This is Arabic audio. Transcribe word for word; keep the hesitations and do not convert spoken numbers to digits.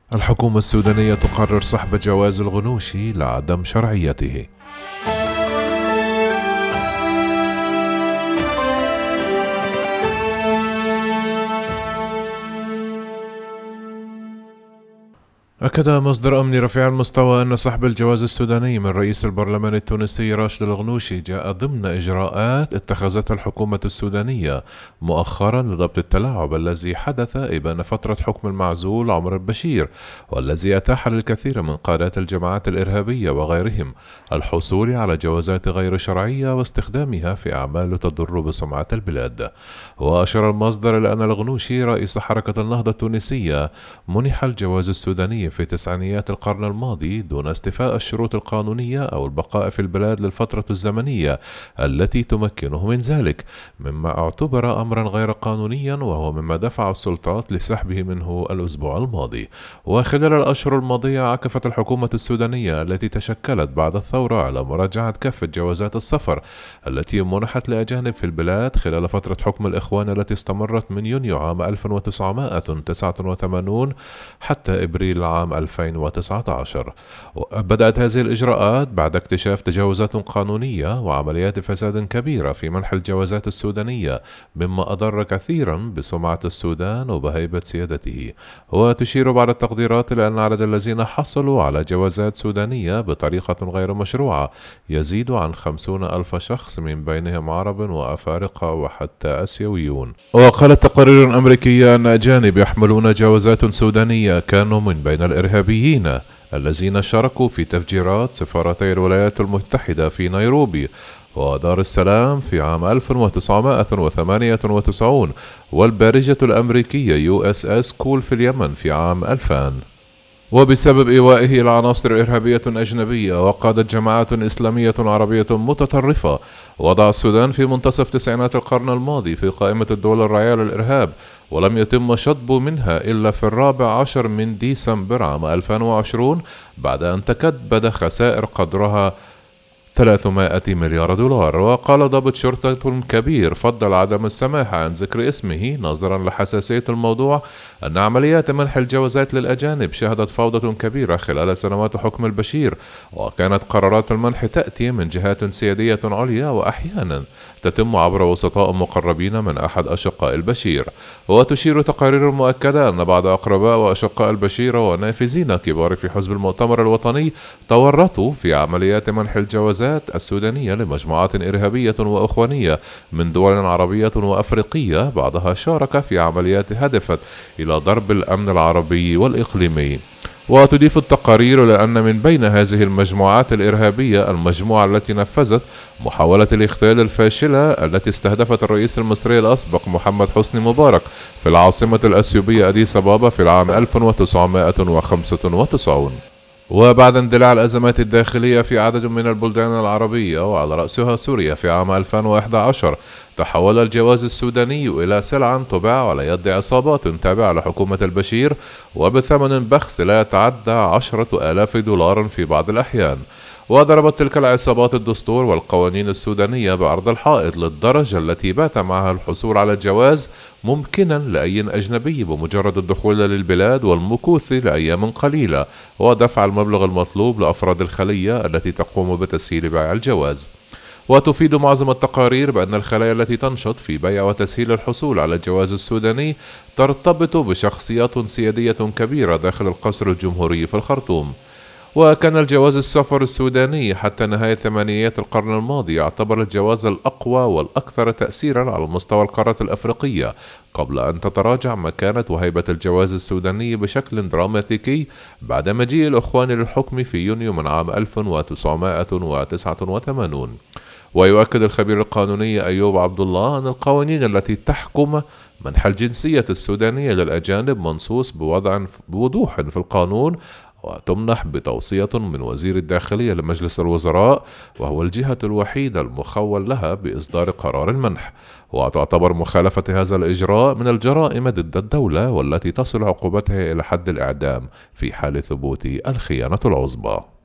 الحكومة السودانية تقرر سحب جواز الغنوشي لعدم شرعيته. أكد مصدر أمني رفيع المستوى أن سحب الجواز السوداني من رئيس البرلمان التونسي راشد الغنوشي جاء ضمن إجراءات اتخذتها الحكومة السودانية مؤخرا لضبط التلاعب الذي حدث إبان فترة حكم المعزول عمر البشير، والذي أتاح للكثير من قادات الجماعات الإرهابية وغيرهم الحصول على جوازات غير شرعية واستخدامها في أعمال تضر بسمعة البلاد. وأشار المصدر إلى أن الغنوشي رئيس حركة النهضة التونسية منح الجواز السوداني في تسعينيات القرن الماضي دون استيفاء الشروط القانونية أو البقاء في البلاد للفترة الزمنية التي تمكنه من ذلك، مما اعتبر أمرا غير قانونيا، وهو مما دفع السلطات لسحبه منه الأسبوع الماضي. وخلال الأشهر الماضية عكفت الحكومة السودانية التي تشكلت بعد الثورة على مراجعة كافة جوازات السفر التي منحت لأجانب في البلاد خلال فترة حكم الإخوان التي استمرت من يونيو عام ألف وتسعمائة وتسعة وثمانين حتى إبريل عام ألفين وتسعة عشر. بدأت هذه الإجراءات بعد اكتشاف تجاوزات قانونية وعمليات فساد كبيرة في منح الجوازات السودانية، مما أضر كثيرا بسمعة السودان وبهيبة سيادته. وتشير بعض التقديرات إلى أن عدد الذين حصلوا على جوازات سودانية بطريقة غير مشروعة يزيد عن خمسون ألف شخص، من بينهم عرب وأفارقة وحتى آسيويون. وقالت تقارير أمريكية أن أجانب يحملون جوازات سودانية كانوا من بين الإرهابيين الذين شاركوا في تفجيرات سفارتي الولايات المتحدة في نيروبي ودار السلام في عام ألف وتسعمائة وثمانية وتسعين، والبارجة الأمريكية يو إس إس كول في اليمن في عام ألفين. وبسبب إيوائه إلى عناصر إرهابية أجنبية وقادت جماعات إسلامية عربية متطرفة، وضع السودان في منتصف تسعينات القرن الماضي في قائمة الدول الراعية للإرهاب، ولم يتم شطب منها إلا في الرابع عشر من ديسمبر عام ألفين وعشرين بعد أن تكبد خسائر قدرها ثلاثمائة مليار دولار. وقال ضابط شرطة كبير فضل عدم السماح عن ذكر اسمه نظرا لحساسية الموضوع أن عمليات منح الجوازات للأجانب شهدت فوضى كبيرة خلال سنوات حكم البشير، وكانت قرارات المنح تأتي من جهات سيادية عليا وأحيانا تتم عبر وسطاء مقربين من أحد أشقاء البشير. وتشير تقارير مؤكدة أن بعض أقرباء وأشقاء البشير ونافذين كبار في حزب المؤتمر الوطني تورطوا في عمليات منح الجوازات السودانية لمجموعات إرهابية وأخوانية من دول عربية وأفريقية، بعضها شارك في عمليات هدفت إلى ضرب الأمن العربي والإقليمي. وتضيف التقارير لأن من بين هذه المجموعات الإرهابية المجموعة التي نفذت محاولة الاغتيال الفاشلة التي استهدفت الرئيس المصري الأسبق محمد حسني مبارك في العاصمة الأثيوبية أديس أبابا في العام ألف وتسعمائة وخمسة وتسعين. وبعد اندلاع الأزمات الداخلية في عدد من البلدان العربية وعلى رأسها سوريا في عام ألفين وأحد عشر، تحول الجواز السوداني إلى سلعة تباع على يد عصابات تابعة لحكومة البشير وبثمن بخس لا يتعدى عشرة آلاف دولار في بعض الأحيان. وضربت تلك العصابات الدستور والقوانين السودانية بعرض الحائط للدرجة التي بات معها الحصول على الجواز ممكنا لأي أجنبي بمجرد الدخول للبلاد والمكوث لأيام قليلة ودفع المبلغ المطلوب لأفراد الخلية التي تقوم بتسهيل بيع الجواز. وتفيد معظم التقارير بأن الخلايا التي تنشط في بيع وتسهيل الحصول على الجواز السوداني ترتبط بشخصيات سيادية كبيرة داخل القصر الجمهوري في الخرطوم. وكان الجواز السفر السوداني حتى نهاية ثمانينيات القرن الماضي يعتبر الجواز الأقوى والأكثر تأثيرا على مستوى القارة الأفريقية، قبل أن تتراجع مكانة وهيبة الجواز السوداني بشكل دراماتيكي بعد مجيء الإخوان للحكم في يونيو من عام ألف وتسعمائة وتسعة وثمانين. ويؤكد الخبير القانوني أيوب عبد الله أن القوانين التي تحكم منح الجنسية السودانية للأجانب منصوص بوضع بوضوح في القانون، وتمنح بتوصية من وزير الداخلية لمجلس الوزراء، وهو الجهة الوحيدة المخول لها بإصدار قرار المنح. وتعتبر مخالفة هذا الإجراء من الجرائم ضد الدولة والتي تصل عقوبتها إلى حد الإعدام في حال ثبوت الخيانة العظمى.